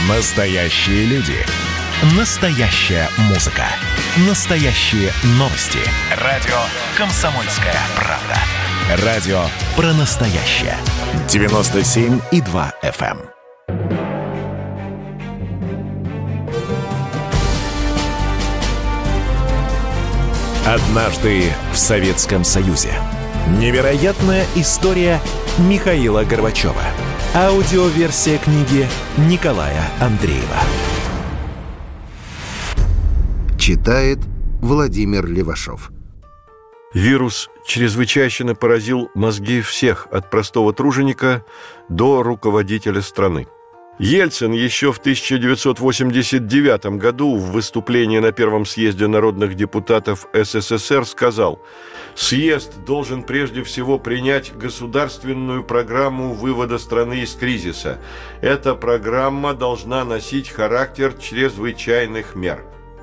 Настоящие люди. Настоящая музыка. Настоящие новости. Радио «Комсомольская правда». Радио про настоящее. 97,2 FM. Однажды в Советском Союзе. Невероятная история Михаила Горбачева. Аудиоверсия книги Николая Андреева. Читает Владимир Левашов. Вирус чрезвычайно поразил мозги всех, от простого труженика до руководителя страны. Ельцин еще в 1989 году в выступлении на Первом съезде народных депутатов СССР сказал: «Съезд должен прежде всего принять государственную программу вывода страны из кризиса. Эта программа должна носить характер чрезвычайных мер».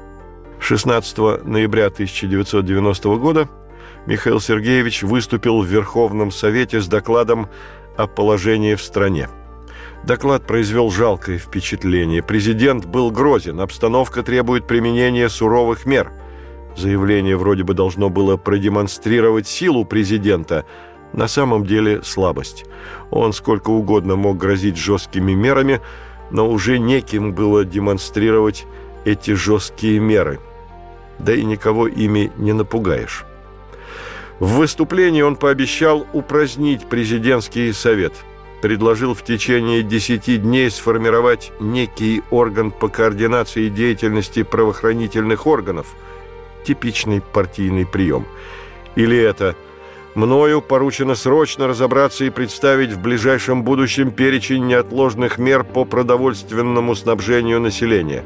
16 ноября 1990 года Михаил Сергеевич выступил в Верховном Совете с докладом о положении в стране. Доклад произвел жалкое впечатление. Президент был грозен, обстановка требует применения суровых мер. Заявление вроде бы должно было продемонстрировать силу президента, на самом деле слабость. Он сколько угодно мог грозить жесткими мерами, но уже неким было демонстрировать эти жесткие меры. Да и никого ими не напугаешь. В выступлении он пообещал упразднить президентский совет. Предложил в течение 10 дней сформировать некий орган по координации деятельности правоохранительных органов. Типичный партийный прием. Или это: «Мною поручено срочно разобраться и представить в ближайшем будущем перечень неотложных мер по продовольственному снабжению населения».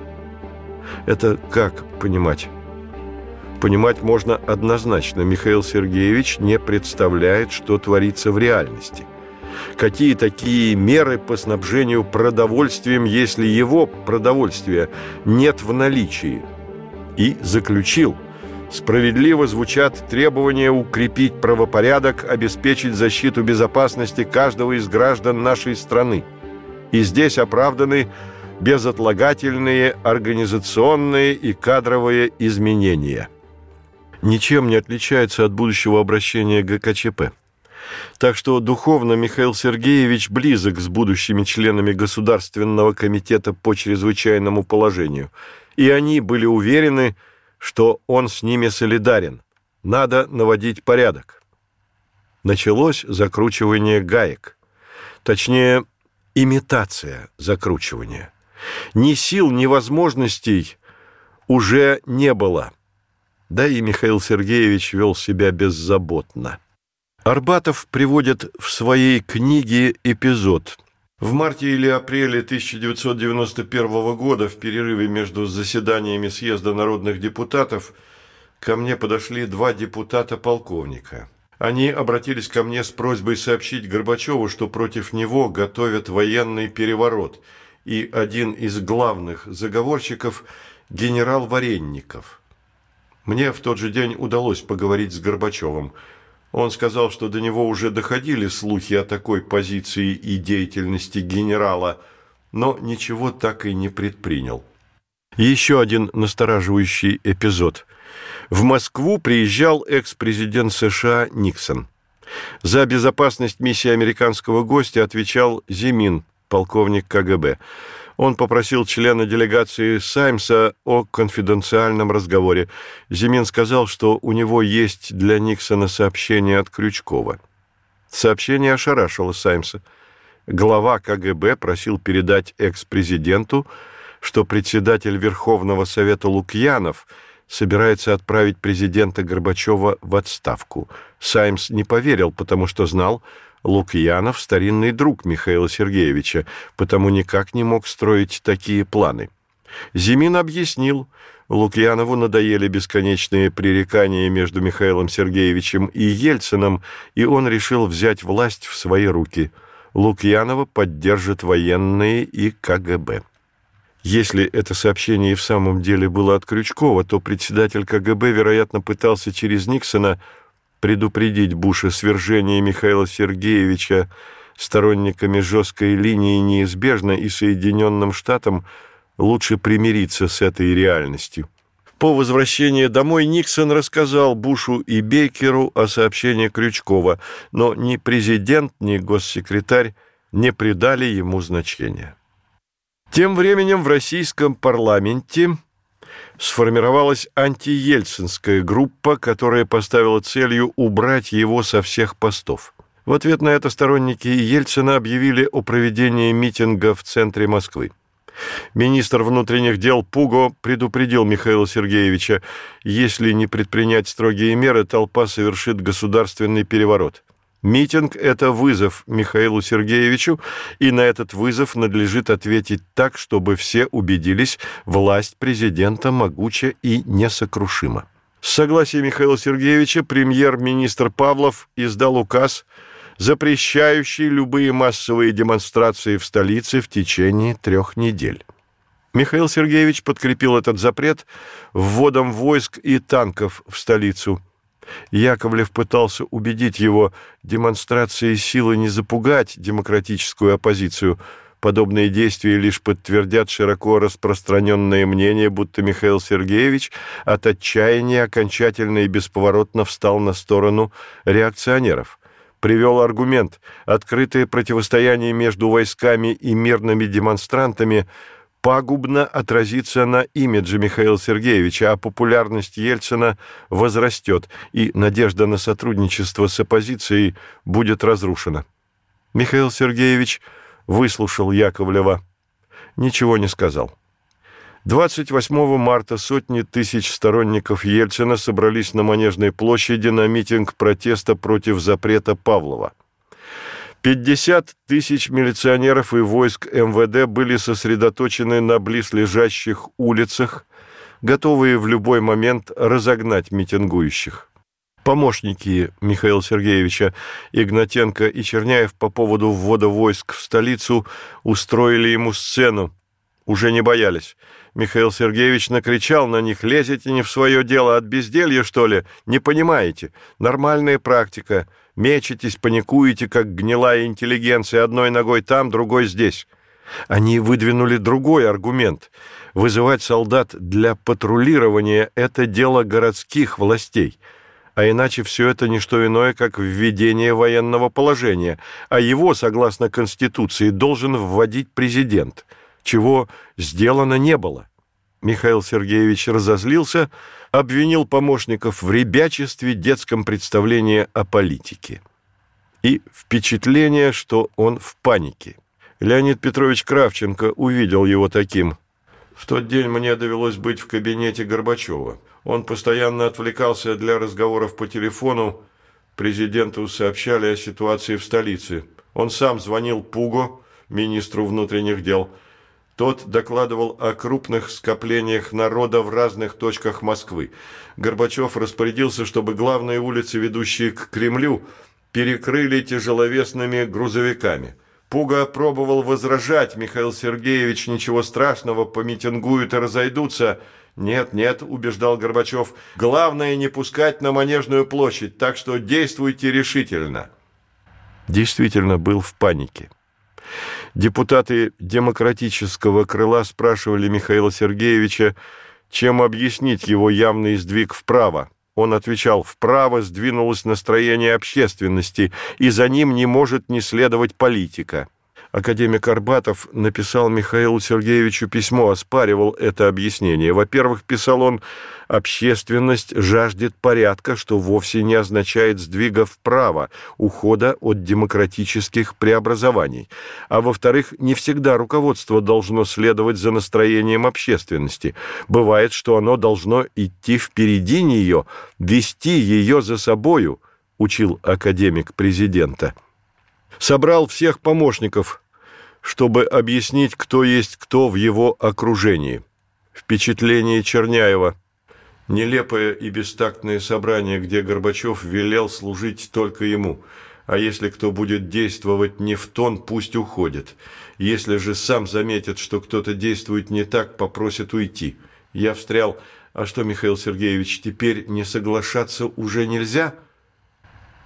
Это как понимать? Понимать можно однозначно. Михаил Сергеевич не представляет, что творится в реальности. Какие такие меры по снабжению продовольствием, если его продовольствия нет в наличии? И заключил: справедливо звучат требования укрепить правопорядок, обеспечить защиту безопасности каждого из граждан нашей страны. И здесь оправданы безотлагательные организационные и кадровые изменения. Ничем не отличается от будущего обращения ГКЧП. Так что духовно Михаил Сергеевич близок с будущими членами Государственного комитета по чрезвычайному положению. И они были уверены, что он с ними солидарен. Надо наводить порядок. Началось закручивание гаек. Точнее, имитация закручивания. Ни сил, ни возможностей уже не было. Да и Михаил Сергеевич вел себя беззаботно. Арбатов приводит в своей книге эпизод. В марте или апреле 1991 года, в перерыве между заседаниями съезда народных депутатов, ко мне подошли 2 депутата-полковника. Они обратились ко мне с просьбой сообщить Горбачеву, что против него готовят военный переворот, и один из главных заговорщиков – генерал Варенников. Мне в тот же день удалось поговорить с Горбачевым. Он сказал, что до него уже доходили слухи о такой позиции и деятельности генерала, но ничего так и не предпринял. Еще один настораживающий эпизод. В Москву приезжал экс-президент США Никсон. За безопасность миссии американского гостя отвечал Зимин, полковник КГБ. Он попросил члена делегации Саймса о конфиденциальном разговоре. Зимин сказал, что у него есть для Никсона сообщение от Крючкова. Сообщение ошарашило Саймса. Глава КГБ просил передать экс-президенту, что председатель Верховного Совета Лукьянов собирается отправить президента Горбачева в отставку. Саймс не поверил, потому что знал, Лукьянов – старинный друг Михаила Сергеевича, потому никак не мог строить такие планы. Зимин объяснил, Лукьянову надоели бесконечные пререкания между Михаилом Сергеевичем и Ельциным, и он решил взять власть в свои руки. Лукьянова поддержат военные и КГБ. Если это сообщение и в самом деле было от Крючкова, то председатель КГБ, вероятно, пытался через Никсона предупредить Буша свержение Михаила Сергеевича Сторонниками жесткой линии неизбежно, и Соединенным Штатам лучше примириться с этой реальностью. По возвращении домой Никсон рассказал Бушу и Бейкеру о сообщении Крючкова, но ни президент, ни госсекретарь не придали ему значения. Тем временем в российском парламенте сформировалась антиельцинская группа, которая поставила целью убрать его со всех постов. В ответ на это сторонники Ельцина объявили о проведении митинга в центре Москвы. Министр внутренних дел Пуго предупредил Михаила Сергеевича: если не предпринять строгие меры, толпа совершит государственный переворот. Митинг – это вызов Михаилу Сергеевичу, и на этот вызов надлежит ответить так, чтобы все убедились, власть президента могуча и несокрушима. С согласия Михаила Сергеевича премьер-министр Павлов издал указ, запрещающий любые массовые демонстрации в столице в течение 3 недель. Михаил Сергеевич подкрепил этот запрет вводом войск и танков в столицу. Яковлев пытался убедить его: демонстрации силы не запугать демократическую оппозицию. Подобные действия лишь подтвердят широко распространенное мнение, будто Михаил Сергеевич от отчаяния окончательно и бесповоротно встал на сторону реакционеров. Привел аргумент: открытое противостояние между войсками и мирными демонстрантами пагубно отразится на имидже Михаила Сергеевича, а популярность Ельцина возрастет, и надежда на сотрудничество с оппозицией будет разрушена. Михаил Сергеевич выслушал Яковлева, ничего не сказал. 28 марта сотни тысяч сторонников Ельцина собрались на Манежной площади на митинг протеста против запрета Павлова. 50 тысяч милиционеров и войск МВД были сосредоточены на близлежащих улицах, готовые в любой момент разогнать митингующих. Помощники Михаила Сергеевича Игнатенко и Черняев по поводу ввода войск в столицу устроили ему сцену. Уже не боялись. Михаил Сергеевич накричал на них: лезете не в свое дело, от безделья, что ли? Не понимаете? Нормальная практика. Мечетесь, паникуете, как гнилая интеллигенция, одной ногой там, другой здесь. Они выдвинули другой аргумент. Вызывать солдат для патрулирования – это дело городских властей. А иначе все это не что иное, как введение военного положения, а его, согласно Конституции, должен вводить президент, чего сделано не было. Михаил Сергеевич разозлился, обвинил помощников в ребячестве, детском представлении о политике. И впечатление, что он в панике. Леонид Петрович Кравченко увидел его таким. В тот день мне довелось быть в кабинете Горбачева. Он постоянно отвлекался для разговоров по телефону. Президенту сообщали о ситуации в столице. Он сам звонил Пуго, министру внутренних дел. Тот докладывал о крупных скоплениях народа в разных точках Москвы. Горбачев распорядился, чтобы главные улицы, ведущие к Кремлю, перекрыли тяжеловесными грузовиками. Пуго пробовал возражать: Михаил Сергеевич, ничего страшного, помитингуют и разойдутся. «Нет, нет», – убеждал Горбачев, – «главное не пускать на Манежную площадь, так что действуйте решительно». Действительно был в панике. Депутаты демократического крыла спрашивали Михаила Сергеевича, чем объяснить его явный сдвиг вправо. Он отвечал: вправо сдвинулось настроение общественности, и за ним не может не следовать политика. Академик Арбатов написал Михаилу Сергеевичу письмо, оспаривал это объяснение. Во-первых, писал он, общественность жаждет порядка, что вовсе не означает сдвига вправо, ухода от демократических преобразований. А во-вторых, не всегда руководство должно следовать за настроением общественности. Бывает, что оно должно идти впереди нее, вести ее за собою, учил академик президента. Собрал всех помощников, чтобы объяснить, кто есть кто в его окружении. Впечатление Черняева. Нелепое и бестактное собрание, где Горбачев велел служить только ему. А если кто будет действовать не в тон, пусть уходит. Если же сам заметит, что кто-то действует не так, попросит уйти. Я встрял: а что, Михаил Сергеевич, теперь не соглашаться уже нельзя?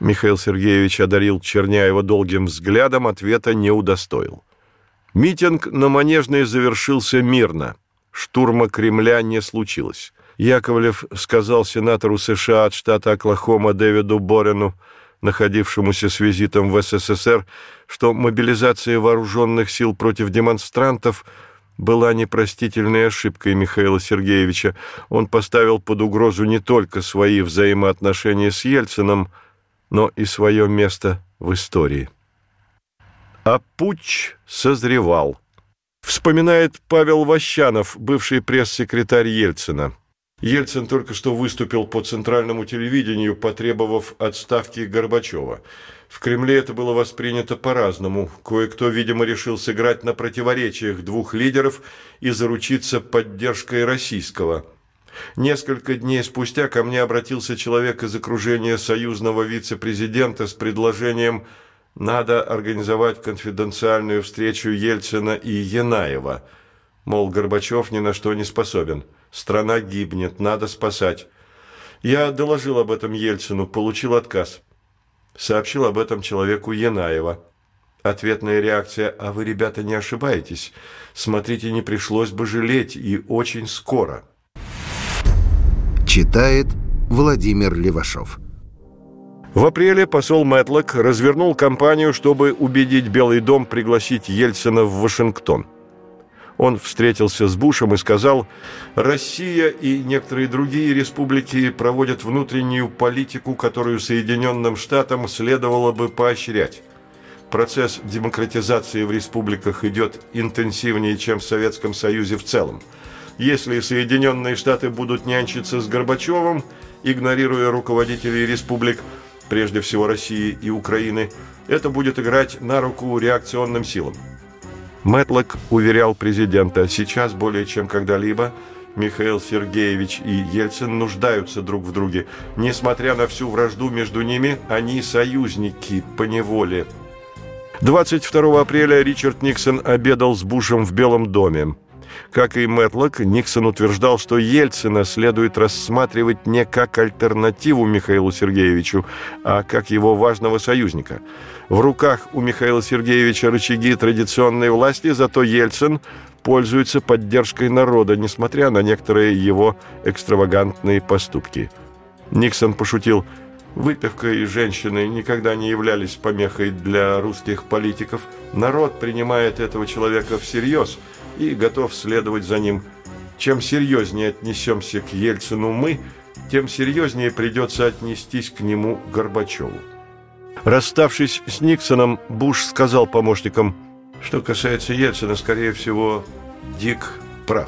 Михаил Сергеевич одарил Черняева долгим взглядом, ответа не удостоил. Митинг на Манежной завершился мирно. Штурма Кремля не случилось. Яковлев сказал сенатору США от штата Оклахома Дэвиду Борену, находившемуся с визитом в СССР, что мобилизация вооруженных сил против демонстрантов была непростительной ошибкой Михаила Сергеевича. Он поставил под угрозу не только свои взаимоотношения с Ельциным, но и свое место в истории. А путч созревал. Вспоминает Павел Ващанов, бывший пресс-секретарь Ельцина. Ельцин только что выступил по центральному телевидению, потребовав отставки Горбачева. В Кремле это было воспринято по-разному. Кое-кто, видимо, решил сыграть на противоречиях двух лидеров и заручиться поддержкой российского. Несколько дней спустя ко мне обратился человек из окружения союзного вице-президента с предложением: надо организовать конфиденциальную встречу Ельцина и Янаева. Мол, Горбачев ни на что не способен. Страна гибнет, надо спасать. Я доложил об этом Ельцину, получил отказ. Сообщил об этом человеку Янаева. Ответная реакция: а вы, ребята, не ошибаетесь. Смотрите, не пришлось бы жалеть, и очень скоро. Читает Владимир Левашов. В апреле посол Мэтлок развернул кампанию, чтобы убедить Белый дом пригласить Ельцина в Вашингтон. Он встретился с Бушем и сказал: «Россия и некоторые другие республики проводят внутреннюю политику, которую Соединенным Штатам следовало бы поощрять. Процесс демократизации в республиках идет интенсивнее, чем в Советском Союзе в целом. Если Соединенные Штаты будут нянчиться с Горбачевым, игнорируя руководителей республик, прежде всего России и Украины, это будет играть на руку реакционным силам». Мэтлок уверял президента: сейчас более чем когда-либо Михаил Сергеевич и Ельцин нуждаются друг в друге. Несмотря на всю вражду между ними, они союзники поневоле. 22 апреля Ричард Никсон обедал с Бушем в Белом доме. Как и Мэтлок, Никсон утверждал, что Ельцина следует рассматривать не как альтернативу Михаилу Сергеевичу, а как его важного союзника. В руках у Михаила Сергеевича рычаги традиционной власти, зато Ельцин пользуется поддержкой народа, несмотря на некоторые его экстравагантные поступки. Никсон пошутил: «Выпивка и женщины никогда не являлись помехой для русских политиков. Народ принимает этого человека всерьез и готов следовать за ним. Чем серьезнее отнесемся к Ельцину мы, тем серьезнее придется отнестись к нему Горбачеву». Расставшись с Никсоном, Буш сказал помощникам: «Что касается Ельцина, скорее всего, Дик прав».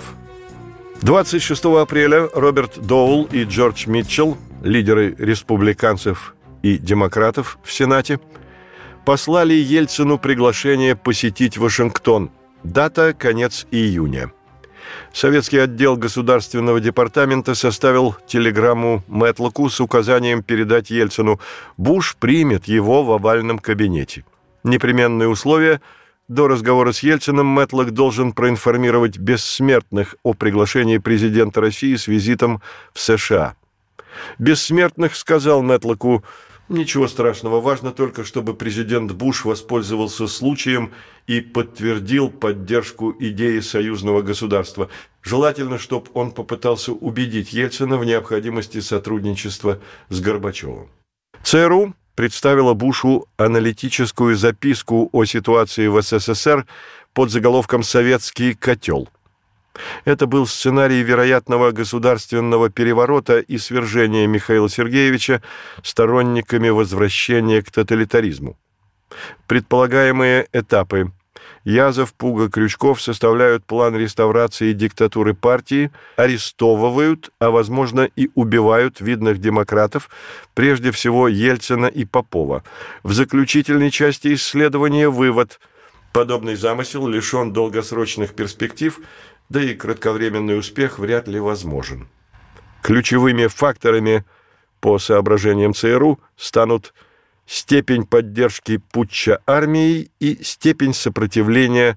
26 апреля Роберт Доул и Джордж Митчелл, лидеры республиканцев и демократов в Сенате, послали Ельцину приглашение посетить Вашингтон. Дата – конец июня. Советский отдел Государственного департамента составил телеграмму Мэтлоку с указанием передать Ельцину: Буш примет его в овальном кабинете. Непременные условия: до разговора с Ельциным Мэтлок должен проинформировать Бессмертных о приглашении президента России с визитом в США. Бессмертных сказал Мэтлоку: «Ничего страшного, важно только, чтобы президент Буш воспользовался случаем и подтвердил поддержку идеи союзного государства. Желательно, чтобы он попытался убедить Ельцина в необходимости сотрудничества с Горбачевым». ЦРУ представила Бушу аналитическую записку о ситуации в СССР под заголовком «Советский котел». Это был сценарий вероятного государственного переворота и свержения Михаила Сергеевича сторонниками возвращения к тоталитаризму. Предполагаемые этапы: Язов, Пуга, Крючков составляют план реставрации диктатуры партии, арестовывают, а возможно и убивают видных демократов, прежде всего Ельцина и Попова. В заключительной части исследования вывод: подобный замысел лишен долгосрочных перспектив, да и кратковременный успех вряд ли возможен. Ключевыми факторами, по соображениям ЦРУ, станут степень поддержки путча армией и степень сопротивления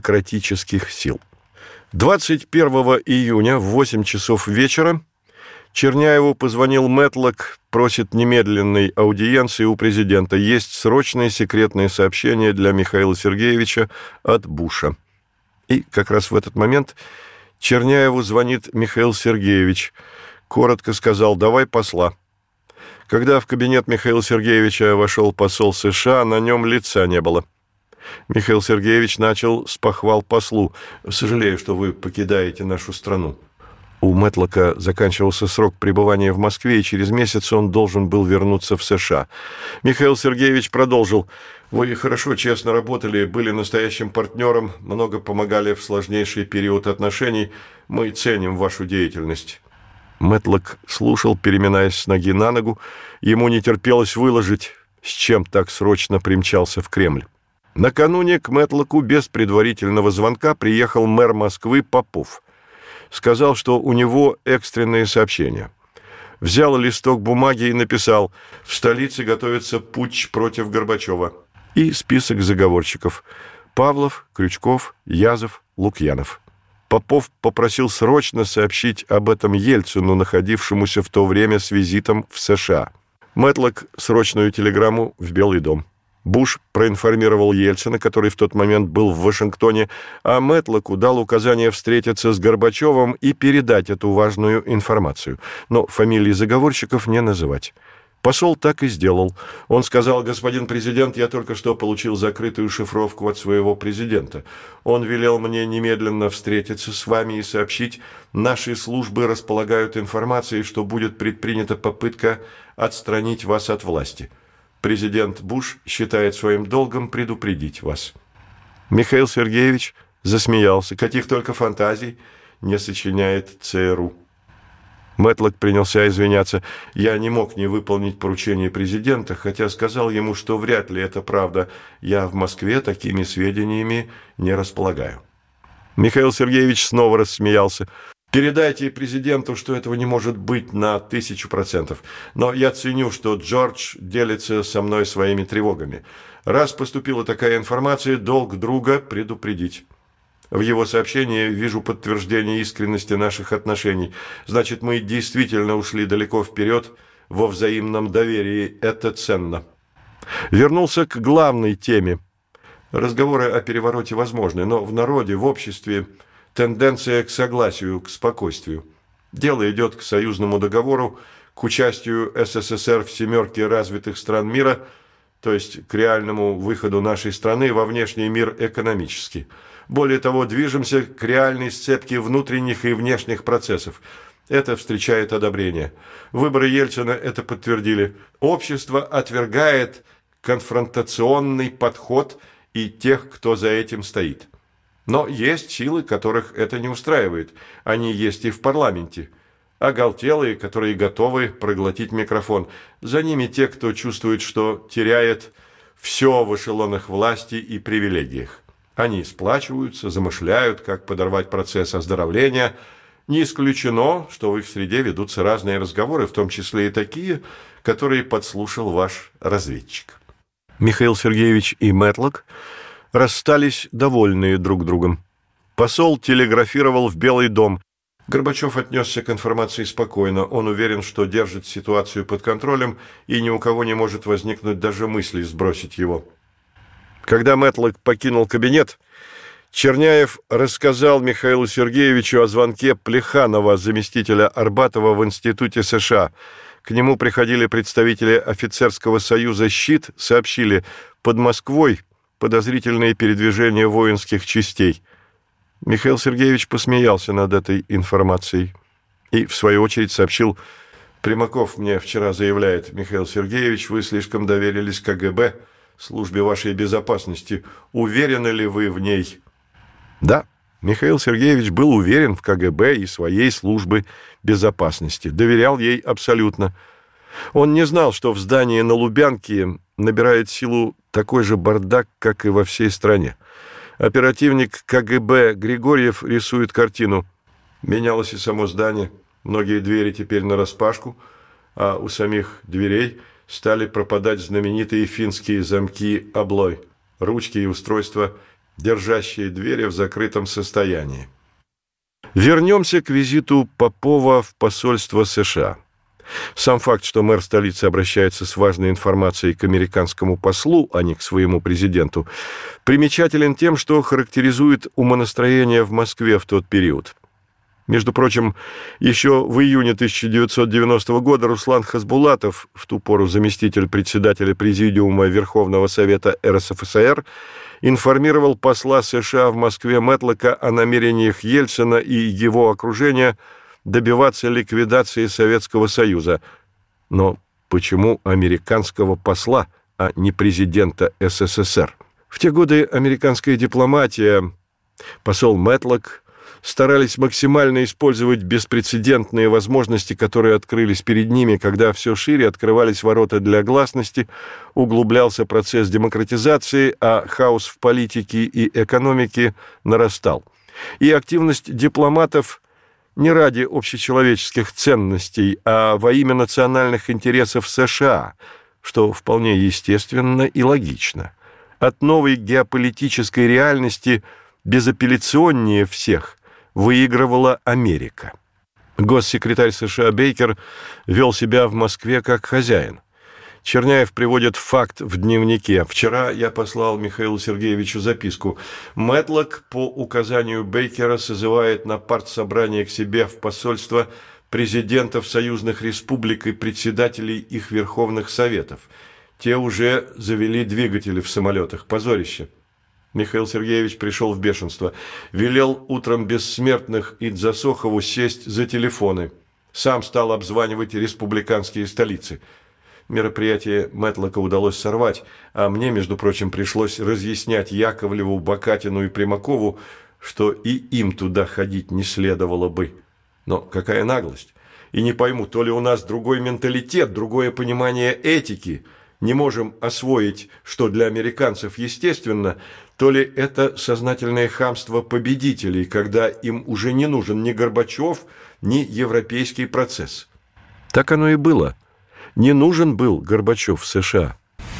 демократических сил. 21 июня в 8 часов вечера Черняеву позвонил Мэтлок, просит немедленной аудиенции у президента. Есть срочное секретное сообщение для Михаила Сергеевича от Буша. И как раз в этот момент Черняеву звонит Михаил Сергеевич. Коротко сказал: «Давай посла». Когда в кабинет Михаила Сергеевича вошел посол США, на нем лица не было. Михаил Сергеевич начал с похвал послу: «Сожалею, что вы покидаете нашу страну». У Мэтлока заканчивался срок пребывания в Москве, и через месяц он должен был вернуться в США. Михаил Сергеевич продолжил: «Вы хорошо, честно работали, были настоящим партнером, много помогали в сложнейший период отношений. Мы ценим вашу деятельность». Мэтлок слушал, переминаясь с ноги на ногу. Ему не терпелось выложить, с чем так срочно примчался в Кремль. Накануне к Мэтлоку без предварительного звонка приехал мэр Москвы Попов. Сказал, что у него экстренные сообщения. Взял листок бумаги и написал: «В столице готовится путч против Горбачева». И список заговорщиков: Павлов, Крючков, Язов, Лукьянов. Попов попросил срочно сообщить об этом Ельцину, находившемуся в то время с визитом в США. Мэтлок срочную телеграмму в Белый дом. Буш проинформировал Ельцина, который в тот момент был в Вашингтоне, а Мэтлоку дал указание встретиться с Горбачевым и передать эту важную информацию, но фамилии заговорщиков не называть. Посол так и сделал. Он сказал: «Господин президент, я только что получил закрытую шифровку от своего президента. Он велел мне немедленно встретиться с вами и сообщить: наши службы располагают информацией, что будет предпринята попытка отстранить вас от власти. Президент Буш считает своим долгом предупредить вас». Михаил Сергеевич засмеялся. Каких только фантазий не сочиняет ЦРУ. Мэтлок принялся извиняться. «Я не мог не выполнить поручение президента, хотя сказал ему, что вряд ли это правда. Я в Москве такими сведениями не располагаю». Михаил Сергеевич снова рассмеялся. «Передайте президенту, что этого не может быть на 1000%. Но я ценю, что Джордж делится со мной своими тревогами. Раз поступила такая информация, долг друга предупредить. В его сообщении вижу подтверждение искренности наших отношений. Значит, мы действительно ушли далеко вперед во взаимном доверии. Это ценно». Вернулся к главной теме. Разговоры о перевороте возможны, но в народе, в обществе тенденция к согласию, к спокойствию. Дело идет к союзному договору, к участию СССР в семерке развитых стран мира, то есть к реальному выходу нашей страны во внешний мир экономически. Более того, движемся к реальной сцепке внутренних и внешних процессов. Это встречает одобрение. Выборы Ельцина это подтвердили. Общество отвергает конфронтационный подход и тех, кто за этим стоит. Но есть силы, которых это не устраивает. Они есть и в парламенте. Оголтелые, которые готовы проглотить микрофон. За ними те, кто чувствует, что теряет все в эшелонах власти и привилегиях. Они сплачиваются, замышляют, как подорвать процесс оздоровления. Не исключено, что в их среде ведутся разные разговоры, в том числе и такие, которые подслушал ваш разведчик. Михаил Сергеевич и Мэтлок расстались довольные друг другом. Посол телеграфировал в Белый дом. Горбачев отнесся к информации спокойно. Он уверен, что держит ситуацию под контролем, и ни у кого не может возникнуть даже мысли сбросить его. Когда Мэтлок покинул кабинет, Черняев рассказал Михаилу Сергеевичу о звонке Плеханова, заместителя Арбатова в Институте США. К нему приходили представители офицерского союза «Щит», сообщили: под Москвой подозрительные передвижения воинских частей. Михаил Сергеевич посмеялся над этой информацией и, в свою очередь, сообщил: «Примаков мне вчера заявляет: Михаил Сергеевич, вы слишком доверились КГБ, службе вашей безопасности. Уверены ли вы в ней?» Да, Михаил Сергеевич был уверен в КГБ и своей службе безопасности, доверял ей абсолютно. Он не знал, что в здании на Лубянке набирает силу такой же бардак, как и во всей стране. Оперативник КГБ Григорьев рисует картину. Менялось и само здание, многие двери теперь нараспашку, а у самих дверей стали пропадать знаменитые финские замки «Облой», ручки и устройства, держащие двери в закрытом состоянии. Вернемся к визиту Попова в посольство США. Сам факт, что мэр столицы обращается с важной информацией к американскому послу, а не к своему президенту, примечателен тем, что характеризует умонастроение в Москве в тот период. Между прочим, еще в июне 1990 года Руслан Хасбулатов, в ту пору заместитель председателя Президиума Верховного Совета РСФСР, информировал посла США в Москве Мэтлока о намерениях Ельцина и его окружения добиваться ликвидации Советского Союза. Но почему американского посла, а не президента СССР? В те годы американская дипломатия, посол Мэтлок, старались максимально использовать беспрецедентные возможности, которые открылись перед ними, когда все шире открывались ворота для гласности, углублялся процесс демократизации, а хаос в политике и экономике нарастал. И активность дипломатов не ради общечеловеческих ценностей, а во имя национальных интересов США, что вполне естественно и логично. От новой геополитической реальности безапелляционнее всех выигрывала Америка. Госсекретарь США Бейкер вел себя в Москве как хозяин. Черняев приводит факт в дневнике. «Вчера я послал Михаилу Сергеевичу записку. Мэтлок по указанию Бейкера созывает на партсобрание к себе в посольство президентов союзных республик и председателей их верховных советов. Те уже завели двигатели в самолетах. Позорище». Михаил Сергеевич пришел в бешенство. Велел утром бессмертных и Дзасохову сесть за телефоны. Сам стал обзванивать республиканские столицы. Мероприятие Мэтлока удалось сорвать, а мне, между прочим, пришлось разъяснять Яковлеву, Бакатину и Примакову, что и им туда ходить не следовало бы. Но какая наглость! И не пойму, то ли у нас другой менталитет, другое понимание этики, не можем освоить, что для американцев естественно, то ли это сознательное хамство победителей, когда им уже не нужен ни Горбачев, ни европейский процесс. Так оно и было. Не нужен был Горбачев в США.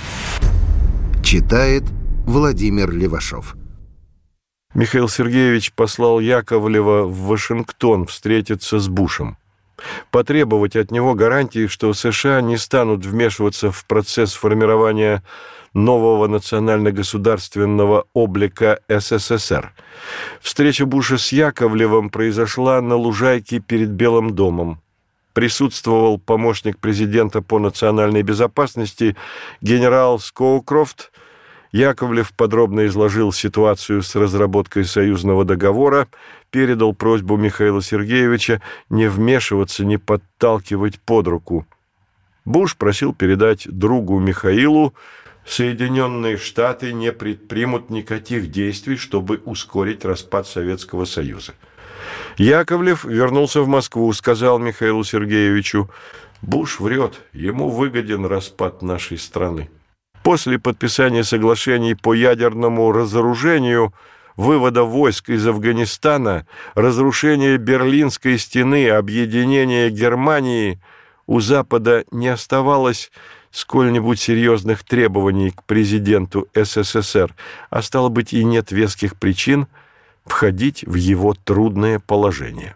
Читает Владимир Левашов. Михаил Сергеевич послал Яковлева в Вашингтон встретиться с Бушем. Потребовать от него гарантии, что США не станут вмешиваться в процесс формирования нового национально-государственного облика СССР. Встреча Буша с Яковлевым произошла на лужайке перед Белым домом. Присутствовал помощник президента по национальной безопасности генерал Скоукрофт. Яковлев подробно изложил ситуацию с разработкой союзного договора, передал просьбу Михаила Сергеевича не вмешиваться, не подталкивать под руку. Буш просил передать другу Михаилу: Соединенные Штаты не предпримут никаких действий, чтобы ускорить распад Советского Союза. Яковлев вернулся в Москву, сказал Михаилу Сергеевичу: «Буш врет, ему выгоден распад нашей страны». После подписания соглашений по ядерному разоружению, вывода войск из Афганистана, разрушения Берлинской стены, объединения Германии, у Запада не оставалось сколь-нибудь серьезных требований к президенту СССР, а стало быть, и нет веских причин входить в его трудное положение.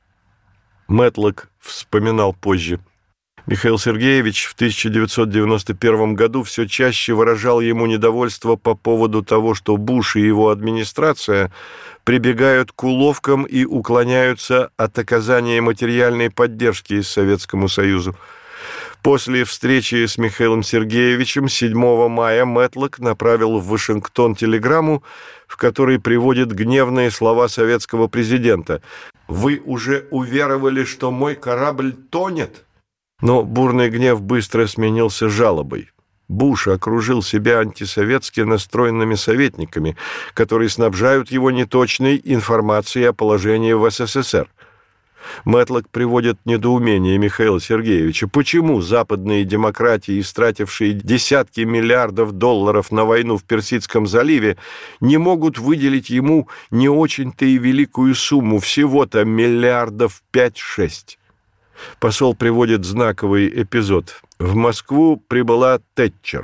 Мэтлок вспоминал позже: Михаил Сергеевич в 1991 году все чаще выражал ему недовольство по поводу того, что Буш и его администрация прибегают к уловкам и уклоняются от оказания материальной поддержки Советскому Союзу. После встречи с Михаилом Сергеевичем 7 мая Мэтлок направил в Вашингтон телеграмму, в которой приводит гневные слова советского президента: «Вы уже уверовали, что мой корабль тонет?» Но бурный гнев быстро сменился жалобой. Буш окружил себя антисоветски настроенными советниками, которые снабжают его неточной информацией о положении в СССР. Мэтлок приводит недоумение Михаила Сергеевича. Почему западные демократии, истратившие десятки миллиардов долларов на войну в Персидском заливе, не могут выделить ему не очень-то и великую сумму, всего-то миллиардов 5-6? Посол приводит знаковый эпизод. В Москву прибыла Тэтчер.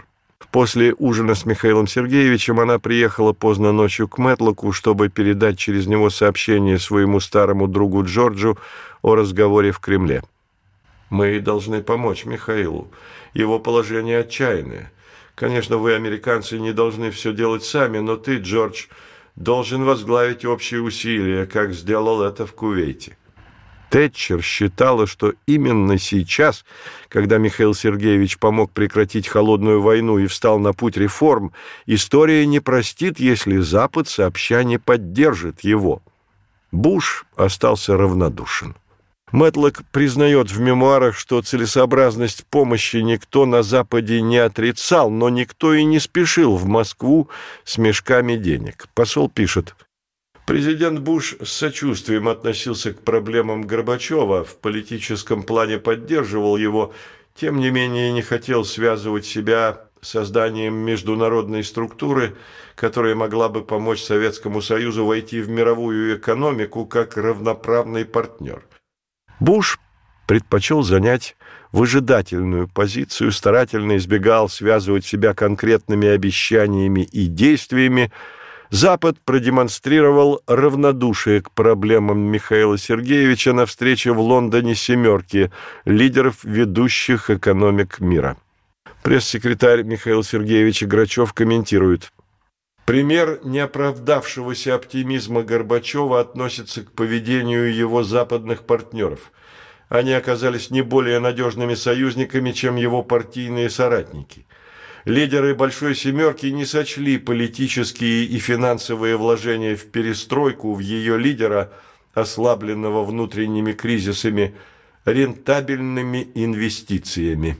После ужина с Михаилом Сергеевичем она приехала поздно ночью к Мэтлоку, чтобы передать через него сообщение своему старому другу Джорджу о разговоре в Кремле. «Мы должны помочь Михаилу. Его положение отчаянное. Конечно, вы, американцы, не должны все делать сами, но ты, Джордж, должен возглавить общие усилия, как сделал это в Кувейте». Тэтчер считала, что именно сейчас, когда Михаил Сергеевич помог прекратить холодную войну и встал на путь реформ, история не простит, если Запад сообща не поддержит его. Буш остался равнодушен. Мэтлок признает в мемуарах, что целесообразность помощи никто на Западе не отрицал, но никто и не спешил в Москву с мешками денег. Посол пишет: «Президент Буш с сочувствием относился к проблемам Горбачева, в политическом плане поддерживал его, тем не менее не хотел связывать себя с созданием международной структуры, которая могла бы помочь Советскому Союзу войти в мировую экономику как равноправный партнер». Буш предпочел занять выжидательную позицию, старательно избегал связывать себя конкретными обещаниями и действиями. Запад продемонстрировал равнодушие к проблемам Михаила Сергеевича на встрече в Лондоне «семерки» лидеров ведущих экономик мира. Пресс-секретарь Михаила Сергеевича Грачев комментирует: «Пример неоправдавшегося оптимизма Горбачева относится к поведению его западных партнеров. Они оказались не более надежными союзниками, чем его партийные соратники. Лидеры «Большой семерки» не сочли политические и финансовые вложения в перестройку в ее лидера, ослабленного внутренними кризисами, рентабельными инвестициями».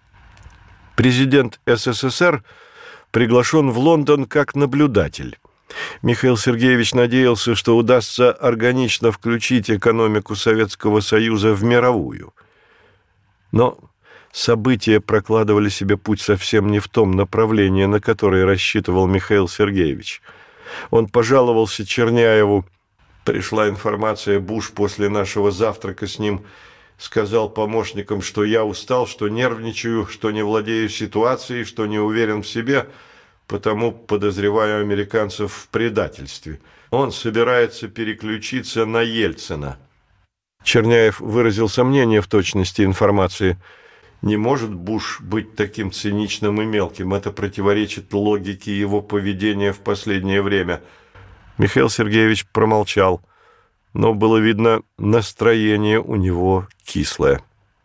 Президент СССР приглашен в Лондон как наблюдатель. Михаил Сергеевич надеялся, что удастся органично включить экономику Советского Союза в мировую. Но события прокладывали себе путь совсем не в том направлении, на которое рассчитывал Михаил Сергеевич. Он пожаловался Черняеву. «Пришла информация, Буш после нашего завтрака с ним сказал помощникам, что я устал, что нервничаю, что не владею ситуацией, что не уверен в себе, потому подозреваю американцев в предательстве. Он собирается переключиться на Ельцина». Черняев выразил сомнение в точности информации. «Не может Буш быть таким циничным и мелким. Это противоречит логике его поведения в последнее время». Михаил Сергеевич промолчал, но было видно, настроение у него кислое.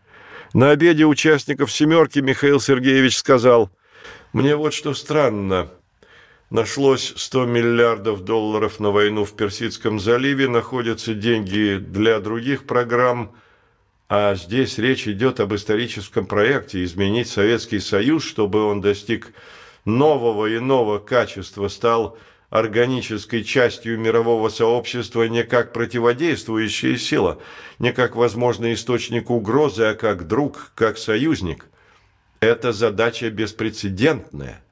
На обеде участников «семерки» Михаил Сергеевич сказал: «Мне вот что странно. Нашлось 100 миллиардов долларов на войну в Персидском заливе, находятся деньги для других программ, а здесь речь идет об историческом проекте изменить Советский Союз, чтобы он достиг нового иного качества, стал органической частью мирового сообщества не как противодействующая сила, не как возможный источник угрозы, а как друг, как союзник. Это задача беспрецедентная».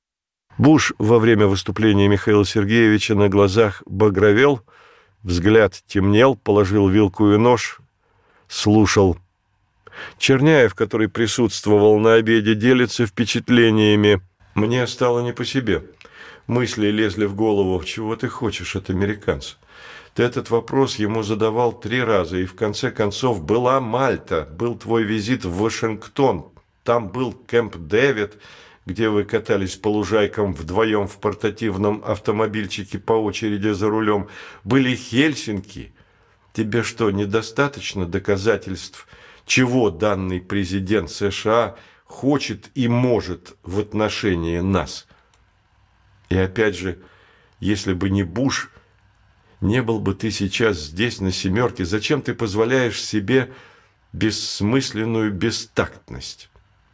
Буш во время выступления Михаила Сергеевича на глазах багровел, взгляд темнел, положил вилку и нож, слушал. Черняев, который присутствовал на обеде, делится впечатлениями. «Мне стало не по себе. Мысли лезли в голову. Чего ты хочешь от американца? Ты этот вопрос ему задавал 3 раза, и в конце концов была Мальта, был твой визит в Вашингтон, там был Кэмп Дэвид, где вы катались по лужайкам вдвоем в портативном автомобильчике по очереди за рулем, были Хельсинки. Тебе что, недостаточно доказательств, чего данный президент США хочет и может в отношении нас? И опять же, если бы не Буш, не был бы ты сейчас здесь, на «семерке». Зачем ты позволяешь себе бессмысленную бестактность?»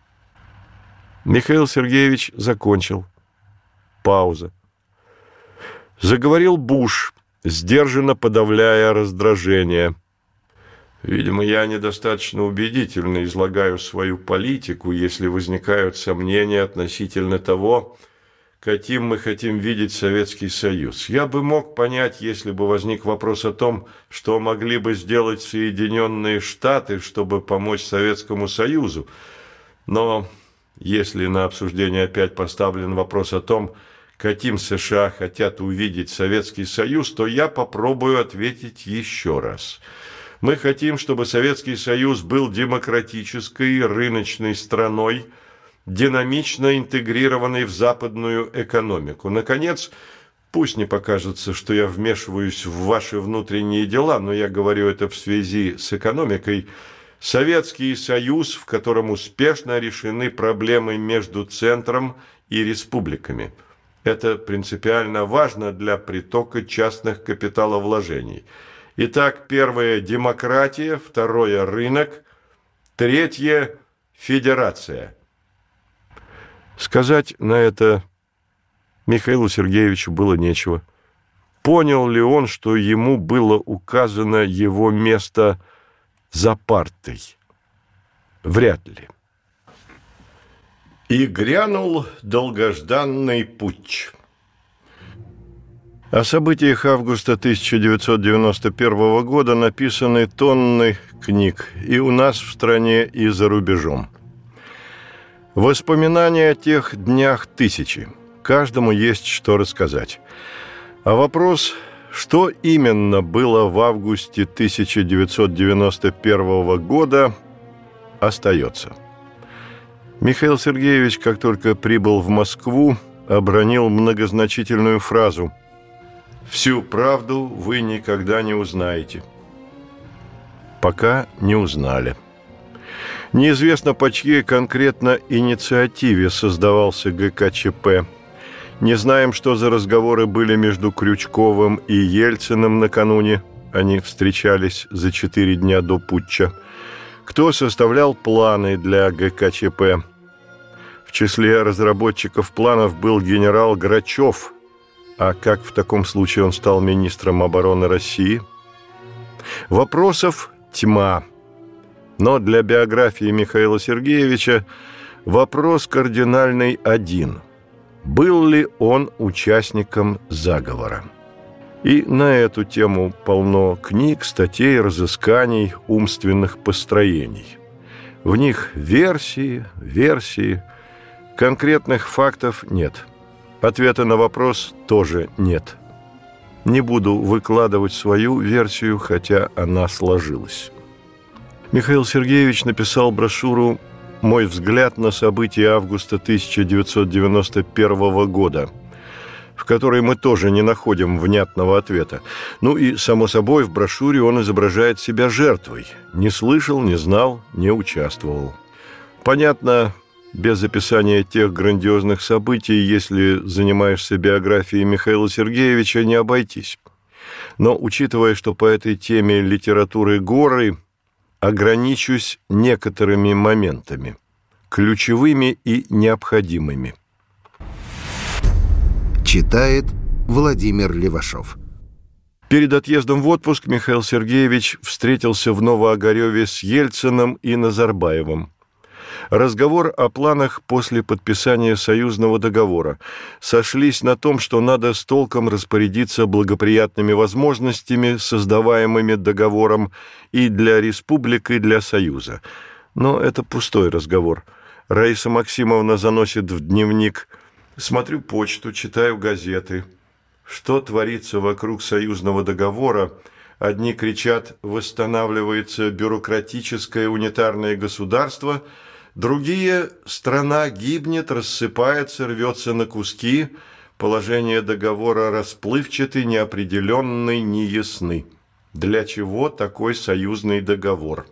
Михаил Сергеевич закончил. Пауза. Заговорил Буш, сдержанно подавляя раздражение. «Видимо, я недостаточно убедительно излагаю свою политику, если возникают сомнения относительно того, каким мы хотим видеть Советский Союз. Я бы мог понять, если бы возник вопрос о том, что могли бы сделать Соединенные Штаты, чтобы помочь Советскому Союзу. Но Если на обсуждение опять поставлен вопрос о том, каким США хотят увидеть Советский Союз, то я попробую ответить еще раз. Мы хотим, чтобы Советский Союз был демократической, рыночной страной, динамично интегрированной в западную экономику. Наконец, пусть не покажется, что я вмешиваюсь в ваши внутренние дела, но я говорю это в связи с экономикой, Советский Союз, в котором успешно решены проблемы между центром и республиками. Это принципиально важно для притока частных капиталовложений. Итак, первое – демократия, второе – рынок, третье – федерация. Сказать на это Михаилу Сергеевичу было нечего. Понял ли он, что ему было указано его место за партой? Вряд ли. И грянул долгожданный путч. О событиях августа 1991 года написаны тонны книг и у нас в стране, и за рубежом. Воспоминания о тех днях тысячи. Каждому есть что рассказать. А вопрос, что именно было в августе 1991 года, остается. Михаил Сергеевич, как только прибыл в Москву, обронил многозначительную фразу: «Всю правду вы никогда не узнаете». Пока не узнали. Неизвестно, по чьей конкретно инициативе создавался ГКЧП. Не знаем, что за разговоры были между Крючковым и Ельциным накануне. Они встречались за 4 дня до путча. Кто составлял планы для ГКЧП? В числе разработчиков планов был генерал Грачев. А как в таком случае он стал министром обороны России? Вопросов тьма. Но для биографии Михаила Сергеевича вопрос кардинальный один. Был ли он участником заговора? И на эту тему полно книг, статей, разысканий, умственных построений. В них версии. Конкретных фактов нет. Ответа на вопрос тоже нет. Не буду выкладывать свою версию, хотя она сложилась. Михаил Сергеевич написал брошюру «Мой взгляд на события августа 1991 года», в которой мы тоже не находим внятного ответа. Ну и, само собой, в брошюре он изображает себя жертвой. Не слышал, не знал, не участвовал. Понятно, без описания тех грандиозных событий, если занимаешься биографией Михаила Сергеевича, не обойтись. Но, учитывая, что по этой теме литературы горы, ограничусь некоторыми моментами, ключевыми и необходимыми. Читает Владимир Левашов. Перед отъездом в отпуск Михаил Сергеевич встретился в Новоогареве с Ельциным и Назарбаевым. Разговор о планах после подписания союзного договора. Сошлись на том, что надо с толком распорядиться благоприятными возможностями, создаваемыми договором и для республик, и для Союза. Но это пустой разговор. Раиса Максимовна заносит в дневник: «Смотрю почту, читаю газеты. Что творится вокруг союзного договора? Одни кричат: восстанавливается бюрократическое унитарное государство, другие: страна гибнет, рассыпается, рвется на куски, положения договора расплывчаты, неопределенны, неясны. Для чего такой союзный договор?»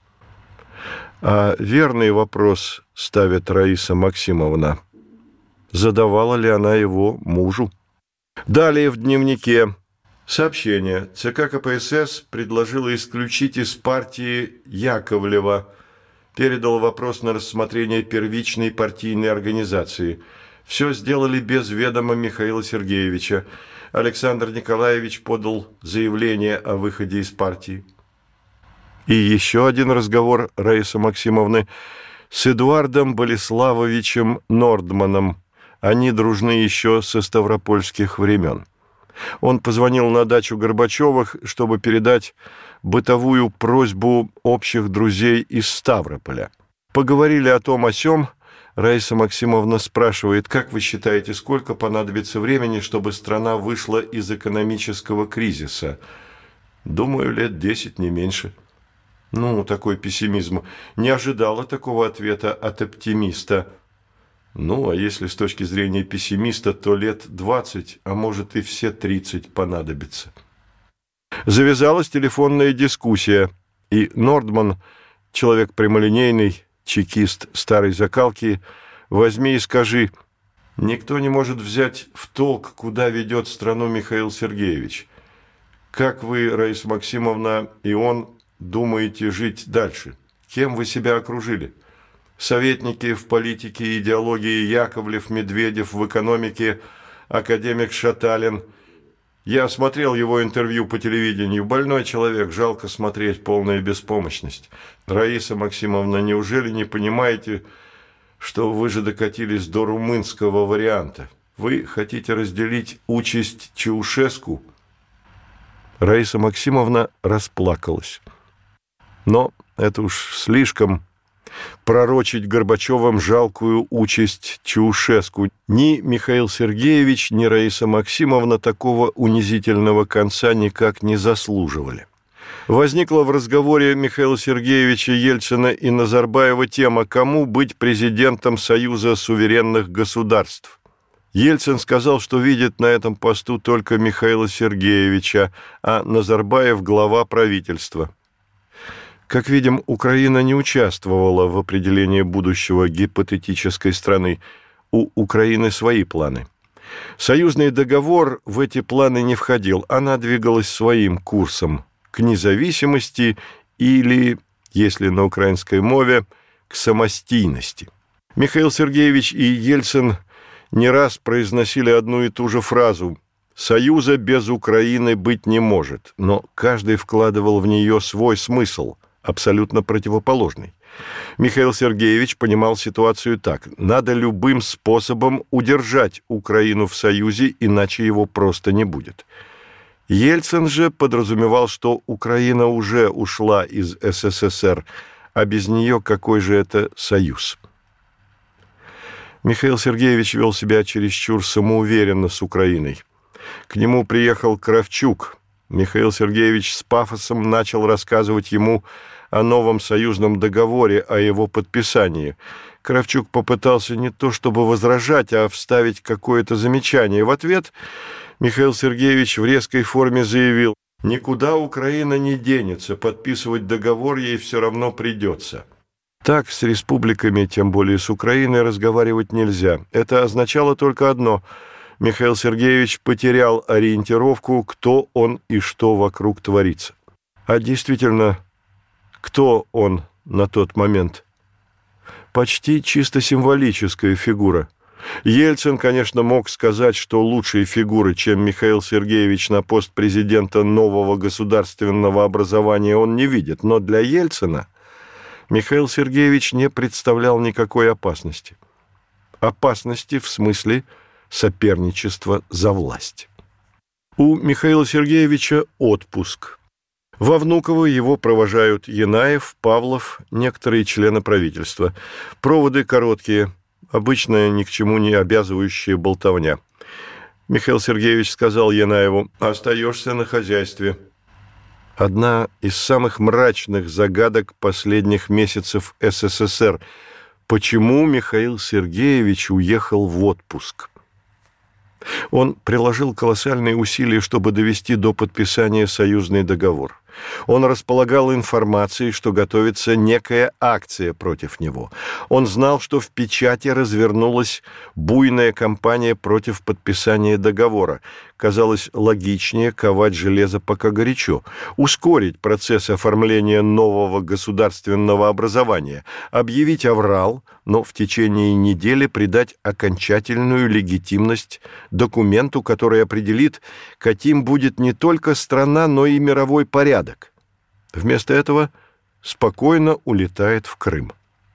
А верный вопрос ставит Раиса Максимовна. Задавала ли она его мужу? Далее в дневнике. Сообщение. ЦК КПСС предложила исключить из партии Яковлева. Передал вопрос на рассмотрение первичной партийной организации. Все сделали без ведома Михаила Сергеевича. Александр Николаевич подал заявление о выходе из партии. И еще один разговор Раисы Максимовны с Эдуардом Болеславовичем Нордманом. Они дружны еще со ставропольских времен. Он позвонил на дачу Горбачевых, чтобы передать бытовую просьбу общих друзей из Ставрополя. Поговорили о том о сём, Раиса Максимовна спрашивает: как вы считаете, сколько понадобится времени, чтобы страна вышла из экономического кризиса? Думаю, лет 10, не меньше. Ну, такой пессимизм. Не ожидала такого ответа от оптимиста. Ну, а если с точки зрения пессимиста, то лет 20, а может и все 30 понадобится. Завязалась телефонная дискуссия, и Нордман, человек прямолинейный, чекист старой закалки, возьми и скажи: никто не может взять в толк, куда ведет страну Михаил Сергеевич. Как вы, Раиса Максимовна, и он думаете жить дальше? Кем вы себя окружили? Советники в политике и идеологии: Яковлев, Медведев, в экономике академик Шаталин. Я смотрел его интервью по телевидению. Больной человек, жалко смотреть, полная беспомощность. Раиса Максимовна, неужели не понимаете, что вы же докатились до румынского варианта? Вы хотите разделить участь Чаушеску? Раиса Максимовна расплакалась. Но это уж слишком пророчить Горбачевым жалкую участь Чаушеску. Ни Михаил Сергеевич, ни Раиса Максимовна такого унизительного конца никак не заслуживали. Возникла в разговоре Михаила Сергеевича Ельцина и Назарбаева тема: кому быть президентом Союза суверенных государств. Ельцин сказал, что видит на этом посту только Михаила Сергеевича, а Назарбаев – глава правительства. Как видим, Украина не участвовала в определении будущего гипотетической страны. У Украины свои планы. Союзный договор в эти планы не входил. Она двигалась своим курсом к независимости или, если на украинской мове, к самостийности. Михаил Сергеевич и Ельцин не раз произносили одну и ту же фразу: «Союза без Украины быть не может», но каждый вкладывал в нее свой смысл, абсолютно противоположный. Михаил Сергеевич понимал ситуацию так: надо любым способом удержать Украину в Союзе, иначе его просто не будет. Ельцин же подразумевал, что Украина уже ушла из СССР, а без нее какой же это союз? Михаил Сергеевич вел себя чересчур самоуверенно с Украиной. К нему приехал Кравчук. Михаил Сергеевич с пафосом начал рассказывать ему о новом союзном договоре, о его подписании. Кравчук попытался не то чтобы возражать, а вставить какое-то замечание. В ответ Михаил Сергеевич в резкой форме заявил: «Никуда Украина не денется, подписывать договор ей все равно придется». Так с республиками, тем более с Украиной, разговаривать нельзя. Это означало только одно: Михаил Сергеевич потерял ориентировку, кто он и что вокруг творится. А действительно, кто он на тот момент? Почти чисто символическая фигура. Ельцин, конечно, мог сказать, что лучшей фигуры, чем Михаил Сергеевич на пост президента нового государственного образования, он не видит. Но для Ельцина Михаил Сергеевич не представлял никакой опасности. Опасности в смысле соперничества за власть. У Михаила Сергеевича отпуск. Во Внуково его провожают Янаев, Павлов, некоторые члены правительства. Проводы короткие, обычная ни к чему не обязывающая болтовня. Михаил Сергеевич сказал Янаеву: «Остаешься на хозяйстве». Одна из самых мрачных загадок последних месяцев СССР. Почему Михаил Сергеевич уехал в отпуск? Он приложил колоссальные усилия, чтобы довести до подписания союзный договор. Он располагал информацией, что готовится некая акция против него. Он знал, что в печати развернулась буйная кампания против подписания договора. Казалось логичнее ковать железо пока горячо, ускорить процесс оформления нового государственного образования, объявить аврал, но в течение недели придать окончательную легитимность документу, который определит, каким будет не только страна, но и мировой порядок. Вместо этого спокойно улетает в Крым.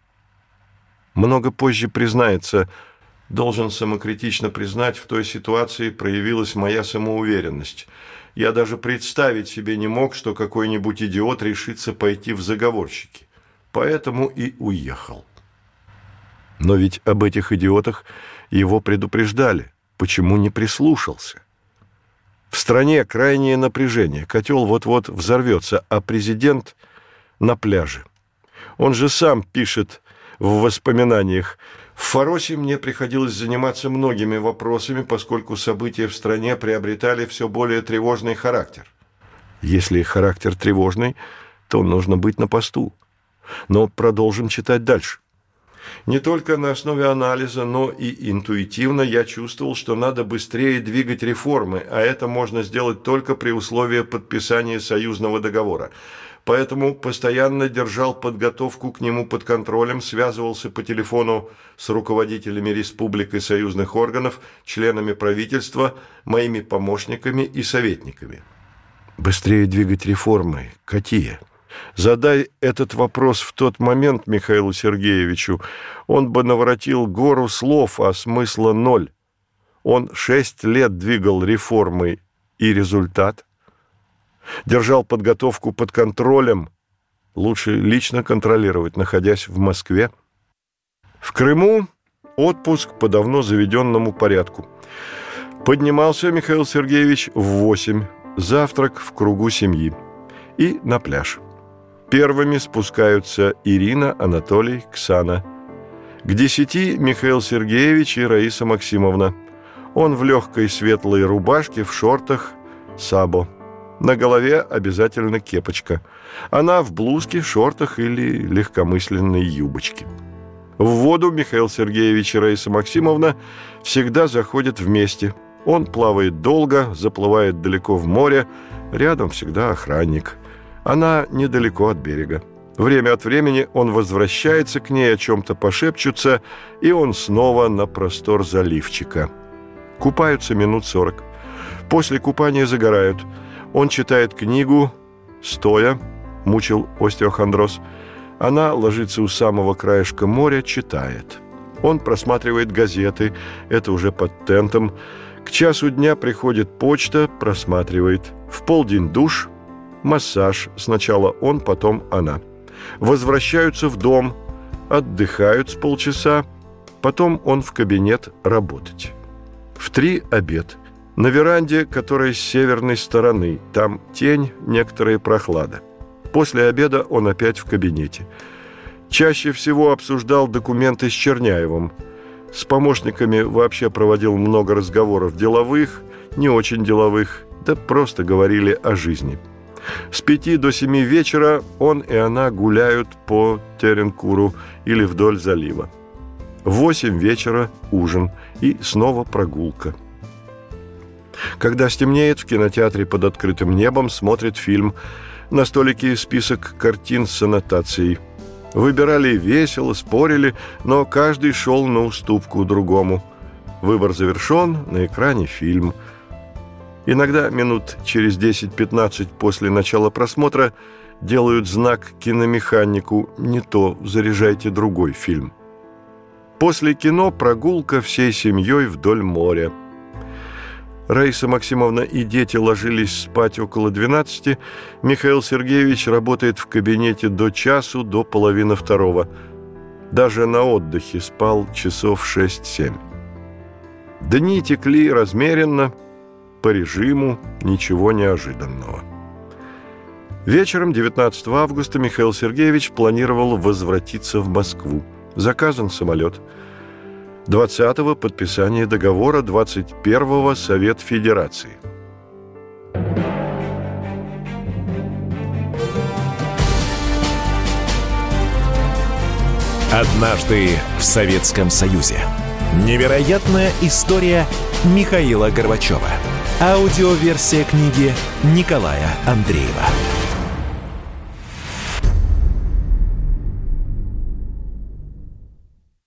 Много позже признается: должен самокритично признать, в той ситуации проявилась моя самоуверенность. Я даже представить себе не мог, что какой-нибудь идиот решится пойти в заговорщики. Поэтому и уехал. Но ведь об этих идиотах его предупреждали. Почему не прислушался? В стране крайнее напряжение. Котел вот-вот взорвется, а президент на пляже. Он же сам пишет в воспоминаниях: «В Фаросе мне приходилось заниматься многими вопросами, поскольку события в стране приобретали все более тревожный характер». Если характер тревожный, то нужно быть на посту. Но продолжим читать дальше. Не только на основе анализа, но и интуитивно я чувствовал, что надо быстрее двигать реформы, а это можно сделать только при условии подписания союзного договора. Поэтому постоянно держал подготовку к нему под контролем, связывался по телефону с руководителями республик и союзных органов, членами правительства, моими помощниками и советниками. Быстрее двигать реформы? Какие? Задай этот вопрос в тот момент Михаилу Сергеевичу, он бы наворотил гору слов, а смысла ноль. Он 6 лет двигал реформы, и результат? Держал подготовку под контролем. Лучше лично контролировать, находясь в Москве. В Крыму отпуск по давно заведенному порядку. Поднимался Михаил Сергеевич в 8, завтрак в кругу семьи и на пляж. Первыми спускаются Ирина, Анатолий, Ксана. К 10 Михаил Сергеевич и Раиса Максимовна. Он в легкой светлой рубашке, в шортах, сабо. На голове обязательно кепочка. Она в блузке, шортах или легкомысленной юбочке. В воду Михаил Сергеевич и Раиса Максимовна всегда заходят вместе. Он плавает долго, заплывает далеко в море. Рядом всегда охранник. Она недалеко от берега. Время от времени он возвращается к ней, о чем-то пошепчутся, и он снова на простор заливчика. Купаются минут 40. После купания загорают. Он читает книгу стоя, мучил остеохондроз. Она ложится у самого краешка моря, читает. Он просматривает газеты, это уже под тентом. К часу дня приходит почта, просматривает. В полдень душ, массаж. Сначала он, потом она. Возвращаются в дом, отдыхают с полчаса, потом он в кабинет работать. В 3 обед. На веранде, которая с северной стороны. Там тень, некоторая прохлада. После обеда он опять в кабинете. Чаще всего обсуждал документы с Черняевым. С помощниками вообще проводил много разговоров деловых, не очень деловых, да просто говорили о жизни. С 5 до 7 вечера он и она гуляют по Теренкуру или вдоль залива. В 8 вечера ужин и снова прогулка. Когда стемнеет, в кинотеатре под открытым небом смотрит фильм. На столике список картин с аннотацией. Выбирали весело, спорили, но каждый шел на уступку другому. Выбор завершен, на экране фильм. Иногда минут через 10-15 после начала просмотра делают знак киномеханику «Не то, заряжайте другой фильм». После кино прогулка всей семьей вдоль моря. Раиса Максимовна и дети ложились спать около 12. Михаил Сергеевич работает в кабинете до часу, до половины 2. Даже на отдыхе спал часов 6-7. Дни текли размеренно, по режиму, ничего неожиданного. Вечером 19 августа Михаил Сергеевич планировал возвратиться в Москву. Заказан самолет. 20-го подписание договора, 21-го Совет Федерации. Однажды в Советском Союзе. Невероятная история Михаила Горбачева. Аудиоверсия книги Николая Андреева.